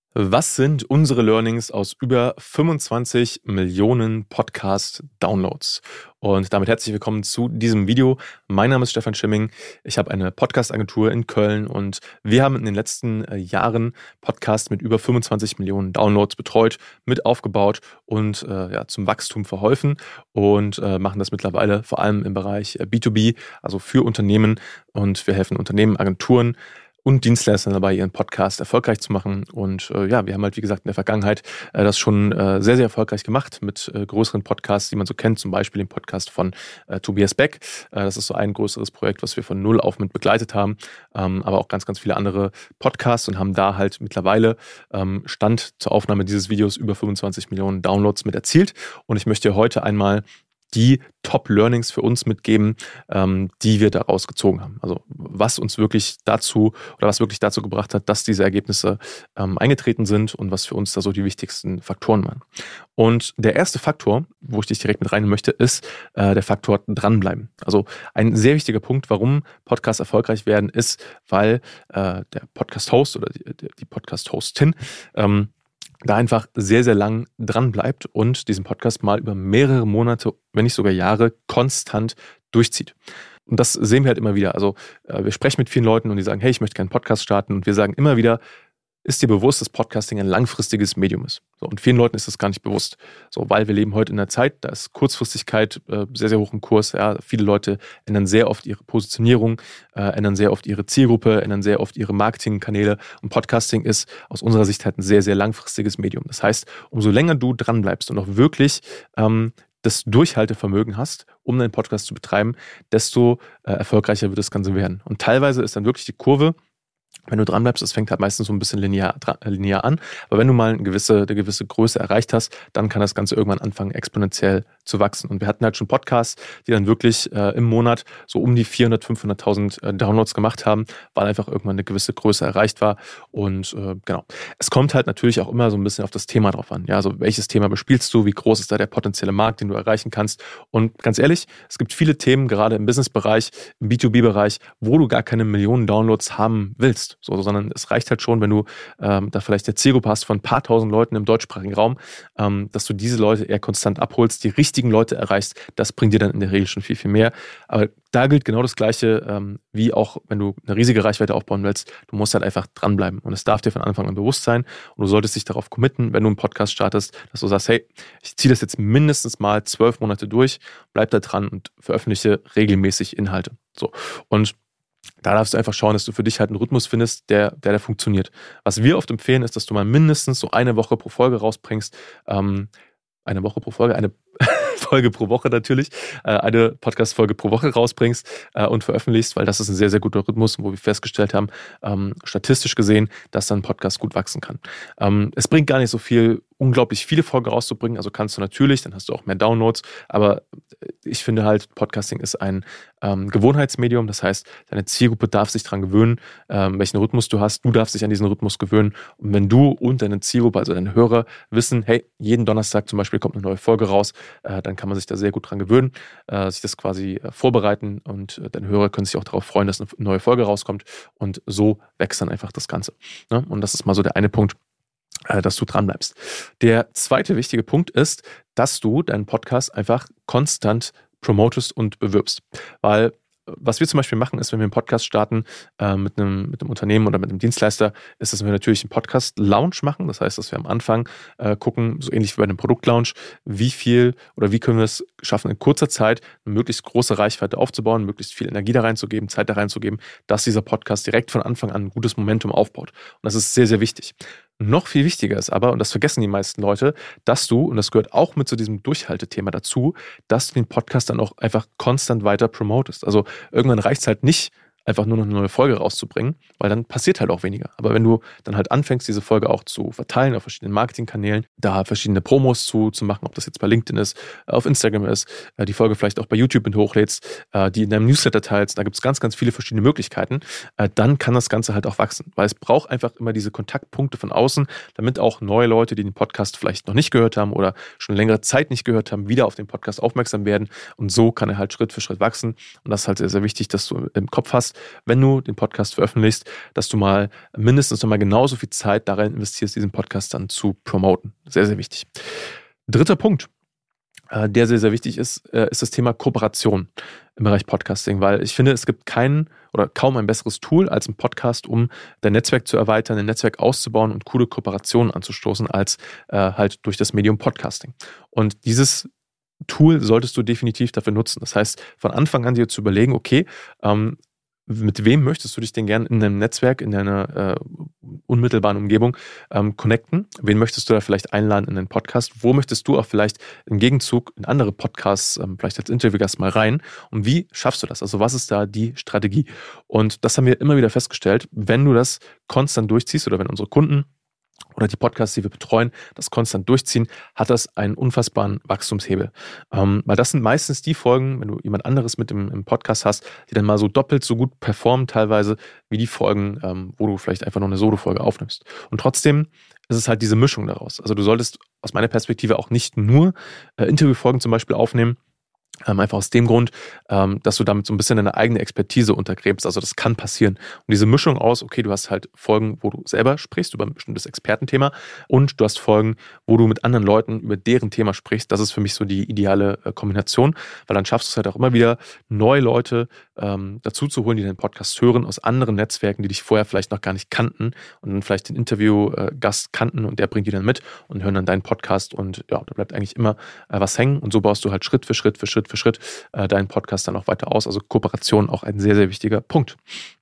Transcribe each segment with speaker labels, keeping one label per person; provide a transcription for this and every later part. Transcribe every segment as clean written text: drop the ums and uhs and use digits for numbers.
Speaker 1: Was sind unsere Learnings aus über 25 Millionen Podcast-Downloads? Und damit herzlich willkommen zu diesem Video. Mein Name ist Stefan Schimming. Ich habe eine Podcast-Agentur in Köln und wir haben in den letzten Jahren Podcasts mit über 25 Millionen Downloads betreut, mit aufgebaut und zum Wachstum verholfen und machen das mittlerweile vor allem im Bereich B2B, also für Unternehmen, und wir helfen Unternehmen, Agenturen und Dienstleistern dabei, ihren Podcast erfolgreich zu machen. Und wir haben halt, wie gesagt, in der Vergangenheit das schon sehr, sehr erfolgreich gemacht mit größeren Podcasts, die man so kennt, zum Beispiel den Podcast von Tobias Beck. Das ist so ein größeres Projekt, was wir von null auf mit begleitet haben, aber auch ganz, ganz viele andere Podcasts und haben da halt mittlerweile Stand zur Aufnahme dieses Videos über 25 Millionen Downloads mit erzielt. Und ich möchte heute einmal die Top-Learnings für uns mitgeben, die wir daraus gezogen haben. Also was wirklich dazu gebracht hat, dass diese Ergebnisse eingetreten sind und was für uns da so die wichtigsten Faktoren waren. Und der erste Faktor, wo ich dich direkt mit rein möchte, ist der Faktor dranbleiben. Also ein sehr wichtiger Punkt, warum Podcasts erfolgreich werden, ist, weil der Podcast-Host oder die Podcast-Hostin da einfach sehr, sehr lang dran bleibt und diesen Podcast mal über mehrere Monate, wenn nicht sogar Jahre, konstant durchzieht. Und das sehen wir halt immer wieder. Also wir sprechen mit vielen Leuten und die sagen, hey, ich möchte gerne einen Podcast starten. Und wir sagen immer wieder, ist dir bewusst, dass Podcasting ein langfristiges Medium ist? So, und vielen Leuten ist das gar nicht bewusst. So, weil wir leben heute in einer Zeit, da ist Kurzfristigkeit sehr, sehr hoch im Kurs. Ja. Viele Leute ändern sehr oft ihre Positionierung, ändern sehr oft ihre Zielgruppe, ändern sehr oft ihre Marketingkanäle. Und Podcasting ist aus unserer Sicht halt ein sehr, sehr langfristiges Medium. Das heißt, umso länger du dran bleibst und auch wirklich das Durchhaltevermögen hast, um deinen Podcast zu betreiben, desto erfolgreicher wird das Ganze werden. Und teilweise ist dann wirklich die Kurve, wenn du dranbleibst, das fängt halt meistens so ein bisschen linear an, aber wenn du mal eine gewisse Größe erreicht hast, dann kann das Ganze irgendwann anfangen, exponentiell zu wachsen. Und wir hatten halt schon Podcasts, die dann wirklich im Monat so um die 400.000, 500.000 Downloads gemacht haben, weil einfach irgendwann eine gewisse Größe erreicht war. Und genau. Es kommt halt natürlich auch immer so ein bisschen auf das Thema drauf an. Ja, also welches Thema bespielst du, wie groß ist da der potenzielle Markt, den du erreichen kannst? Und ganz ehrlich, es gibt viele Themen, gerade im Business-Bereich, im B2B-Bereich, wo du gar keine Millionen Downloads haben willst. So, sondern es reicht halt schon, wenn du da vielleicht eine Zielgruppe hast von ein paar tausend Leuten im deutschsprachigen Raum, dass du diese Leute eher konstant abholst, die richtigen Leute erreichst. Das bringt dir dann in der Regel schon viel, viel mehr. Aber da gilt genau das Gleiche, wie auch, wenn du eine riesige Reichweite aufbauen willst. Du musst halt einfach dranbleiben. Und es darf dir von Anfang an bewusst sein. Und du solltest dich darauf committen, wenn du einen Podcast startest, dass du sagst, hey, ich ziehe das jetzt mindestens mal 12 Monate durch, bleib da dran und veröffentliche regelmäßig Inhalte. So. Und da darfst du einfach schauen, dass du für dich halt einen Rhythmus findest, der funktioniert. Was wir oft empfehlen, ist, dass du mal mindestens so eine Woche pro Folge rausbringst. Eine Woche pro Folge, eine Folge pro Woche natürlich, eine Podcast-Folge pro Woche rausbringst und veröffentlichst, weil das ist ein sehr, sehr guter Rhythmus, wo wir festgestellt haben, statistisch gesehen, dass dann ein Podcast gut wachsen kann. Es bringt gar nicht so viel, unglaublich viele Folgen rauszubringen, also kannst du natürlich, dann hast du auch mehr Downloads, aber ich finde halt, Podcasting ist ein Gewohnheitsmedium, das heißt, deine Zielgruppe darf sich daran gewöhnen, welchen Rhythmus du hast, du darfst dich an diesen Rhythmus gewöhnen und wenn du und deine Zielgruppe, also deine Hörer, wissen, hey, jeden Donnerstag zum Beispiel kommt eine neue Folge raus, dann kann man sich da sehr gut dran gewöhnen, sich das quasi vorbereiten und deine Hörer können sich auch darauf freuen, dass eine neue Folge rauskommt und so wächst dann einfach das Ganze. Ne? Und das ist mal so der eine Punkt, dass du dran bleibst. Der zweite wichtige Punkt ist, dass du deinen Podcast einfach konstant promotest und bewirbst. Weil was wir zum Beispiel machen, ist, wenn wir einen Podcast starten mit einem Unternehmen oder mit einem Dienstleister, ist, dass wir natürlich einen Podcast-Launch machen. Das heißt, dass wir am Anfang gucken, so ähnlich wie bei einem Produktlaunch, wie viel oder wie können wir es schaffen, in kurzer Zeit eine möglichst große Reichweite aufzubauen, möglichst viel Energie da reinzugeben, Zeit da reinzugeben, dass dieser Podcast direkt von Anfang an ein gutes Momentum aufbaut. Und das ist sehr, sehr wichtig. Noch viel wichtiger ist aber, und das vergessen die meisten Leute, dass du, und das gehört auch mit zu diesem Durchhaltethema dazu, dass du den Podcast dann auch einfach konstant weiter promotest. Also irgendwann reicht es halt nicht, einfach nur noch eine neue Folge rauszubringen, weil dann passiert halt auch weniger. Aber wenn du dann halt anfängst, diese Folge auch zu verteilen auf verschiedenen Marketingkanälen, da verschiedene Promos zu machen, ob das jetzt bei LinkedIn ist, auf Instagram ist, die Folge vielleicht auch bei YouTube mit hochlädst, die in deinem Newsletter teilst, da gibt es ganz, ganz viele verschiedene Möglichkeiten, dann kann das Ganze halt auch wachsen, weil es braucht einfach immer diese Kontaktpunkte von außen, damit auch neue Leute, die den Podcast vielleicht noch nicht gehört haben oder schon längere Zeit nicht gehört haben, wieder auf den Podcast aufmerksam werden und so kann er halt Schritt für Schritt wachsen und das ist halt sehr, sehr wichtig, dass du im Kopf hast, ist, wenn du den Podcast veröffentlichst, dass du mal mindestens nochmal genauso viel Zeit darin investierst, diesen Podcast dann zu promoten. Sehr, sehr wichtig. Dritter Punkt, der sehr, sehr wichtig ist das Thema Kooperation im Bereich Podcasting, weil ich finde, es gibt kaum ein besseres Tool als ein Podcast, um dein Netzwerk zu erweitern, dein Netzwerk auszubauen und coole Kooperationen anzustoßen, als halt durch das Medium Podcasting. Und dieses Tool solltest du definitiv dafür nutzen. Das heißt, von Anfang an dir zu überlegen, okay, mit wem möchtest du dich denn gerne in deinem Netzwerk, in deiner unmittelbaren Umgebung connecten? Wen möchtest du da vielleicht einladen in den Podcast? Wo möchtest du auch vielleicht im Gegenzug in andere Podcasts vielleicht als Interviewgast mal rein? Und wie schaffst du das? Also was ist da die Strategie? Und das haben wir immer wieder festgestellt, wenn du das konstant durchziehst oder wenn unsere Kunden oder die Podcasts, die wir betreuen, das konstant durchziehen, hat das einen unfassbaren Wachstumshebel. Weil das sind meistens die Folgen, wenn du jemand anderes mit im Podcast hast, die dann mal so doppelt so gut performen teilweise, wie die Folgen, wo du vielleicht einfach noch eine Solo-Folge aufnimmst. Und trotzdem ist es halt diese Mischung daraus. Also du solltest aus meiner Perspektive auch nicht nur Interviewfolgen zum Beispiel aufnehmen, einfach aus dem Grund, dass du damit so ein bisschen deine eigene Expertise untergräbst. Also das kann passieren. Und diese Mischung aus, okay, du hast halt Folgen, wo du selber sprichst über ein bestimmtes Expertenthema und du hast Folgen, wo du mit anderen Leuten über deren Thema sprichst. Das ist für mich so die ideale Kombination, weil dann schaffst du es halt auch immer wieder, neue Leute dazu zu holen, die deinen Podcast hören, aus anderen Netzwerken, die dich vorher vielleicht noch gar nicht kannten und dann vielleicht den Interviewgast kannten und der bringt die dann mit und hören dann deinen Podcast und ja, da bleibt eigentlich immer was hängen und so baust du halt Schritt für Schritt deinen Podcast dann auch weiter aus. Also Kooperation auch ein sehr, sehr wichtiger Punkt.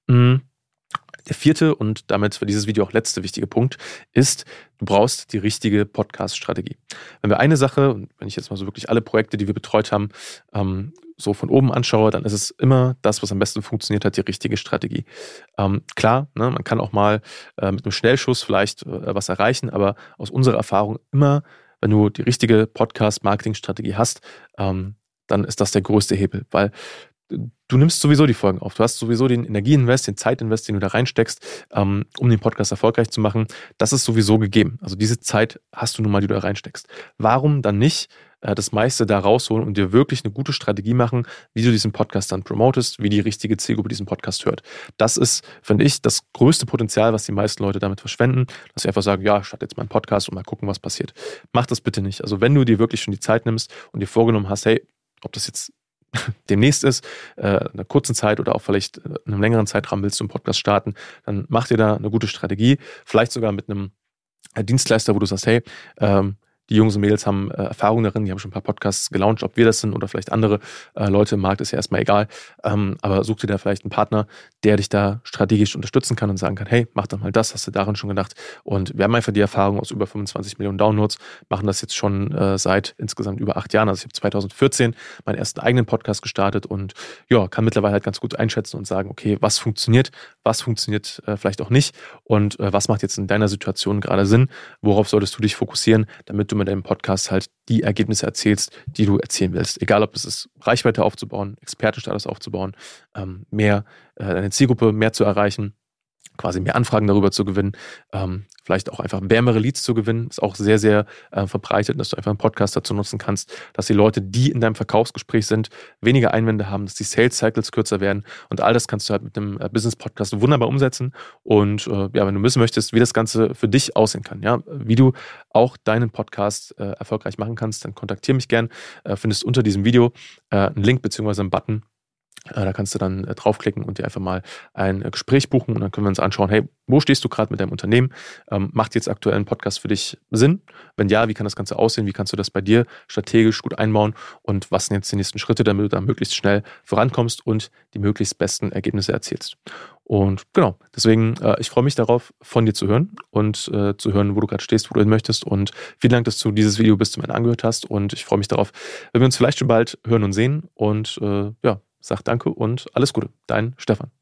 Speaker 1: Der vierte und damit für dieses Video auch letzte wichtige Punkt ist, du brauchst die richtige Podcast-Strategie. Wenn wir eine Sache, und wenn ich jetzt mal so wirklich alle Projekte, die wir betreut haben, so von oben anschaue, dann ist es immer das, was am besten funktioniert hat, die richtige Strategie. Klar, ne, man kann auch mal mit einem Schnellschuss vielleicht was erreichen, aber aus unserer Erfahrung immer, wenn du die richtige Podcast-Marketing-Strategie hast, dann ist das der größte Hebel, weil du nimmst sowieso die Folgen auf. Du hast sowieso den Energieinvest, den Zeitinvest, den du da reinsteckst, um den Podcast erfolgreich zu machen. Das ist sowieso gegeben. Also diese Zeit hast du nun mal, die du da reinsteckst. Warum dann nicht das meiste da rausholen und dir wirklich eine gute Strategie machen, wie du diesen Podcast dann promotest, wie die richtige Zielgruppe diesen Podcast hört. Das ist, finde ich, das größte Potenzial, was die meisten Leute damit verschwenden, dass sie einfach sagen, ja, starte jetzt meinen Podcast und mal gucken, was passiert. Mach das bitte nicht. Also wenn du dir wirklich schon die Zeit nimmst und dir vorgenommen hast, hey, ob das jetzt demnächst ist, in einer kurzen Zeit oder auch vielleicht in einem längeren Zeitraum willst du einen Podcast starten, dann mach dir da eine gute Strategie, vielleicht sogar mit einem Dienstleister, wo du sagst, hey, die Jungs und Mädels haben Erfahrung darin, die haben schon ein paar Podcasts gelauncht, ob wir das sind oder vielleicht andere Leute im Markt, ist ja erstmal egal. Aber such dir da vielleicht einen Partner, der dich da strategisch unterstützen kann und sagen kann, hey, mach doch mal das, hast du daran schon gedacht. Und wir haben einfach die Erfahrung aus über 25 Millionen Downloads, machen das jetzt schon seit insgesamt über 8 Jahren. Also ich habe 2014 meinen ersten eigenen Podcast gestartet und ja, kann mittlerweile halt ganz gut einschätzen und sagen, okay, was funktioniert vielleicht auch nicht und was macht jetzt in deiner Situation gerade Sinn, worauf solltest du dich fokussieren, damit du mit deinem Podcast halt die Ergebnisse erzählst, die du erzählen willst. Egal, ob es ist, Reichweite aufzubauen, Expertenstatus aufzubauen, deine Zielgruppe mehr zu erreichen, quasi mehr Anfragen darüber zu gewinnen, vielleicht auch einfach wärmere Leads zu gewinnen, ist auch sehr, sehr verbreitet, dass du einfach einen Podcast dazu nutzen kannst, dass die Leute, die in deinem Verkaufsgespräch sind, weniger Einwände haben, dass die Sales-Cycles kürzer werden und all das kannst du halt mit einem Business-Podcast wunderbar umsetzen und wenn du wissen möchtest, wie das Ganze für dich aussehen kann, ja, wie du auch deinen Podcast erfolgreich machen kannst, dann kontaktiere mich gern, findest unter diesem Video einen Link bzw. einen Button. Da kannst du dann draufklicken und dir einfach mal ein Gespräch buchen und dann können wir uns anschauen, hey, wo stehst du gerade mit deinem Unternehmen? Macht jetzt aktuell ein Podcast für dich Sinn? Wenn ja, wie kann das Ganze aussehen? Wie kannst du das bei dir strategisch gut einbauen? Und was sind jetzt die nächsten Schritte, damit du da möglichst schnell vorankommst und die möglichst besten Ergebnisse erzielst? Und genau, deswegen, ich freue mich darauf, von dir zu hören und zu hören, wo du gerade stehst, wo du hin möchtest. Und vielen Dank, dass du dieses Video bis zum Ende angehört hast. Und ich freue mich darauf, wenn wir uns vielleicht schon bald hören und sehen. Und sag danke und alles Gute. Dein Stefan.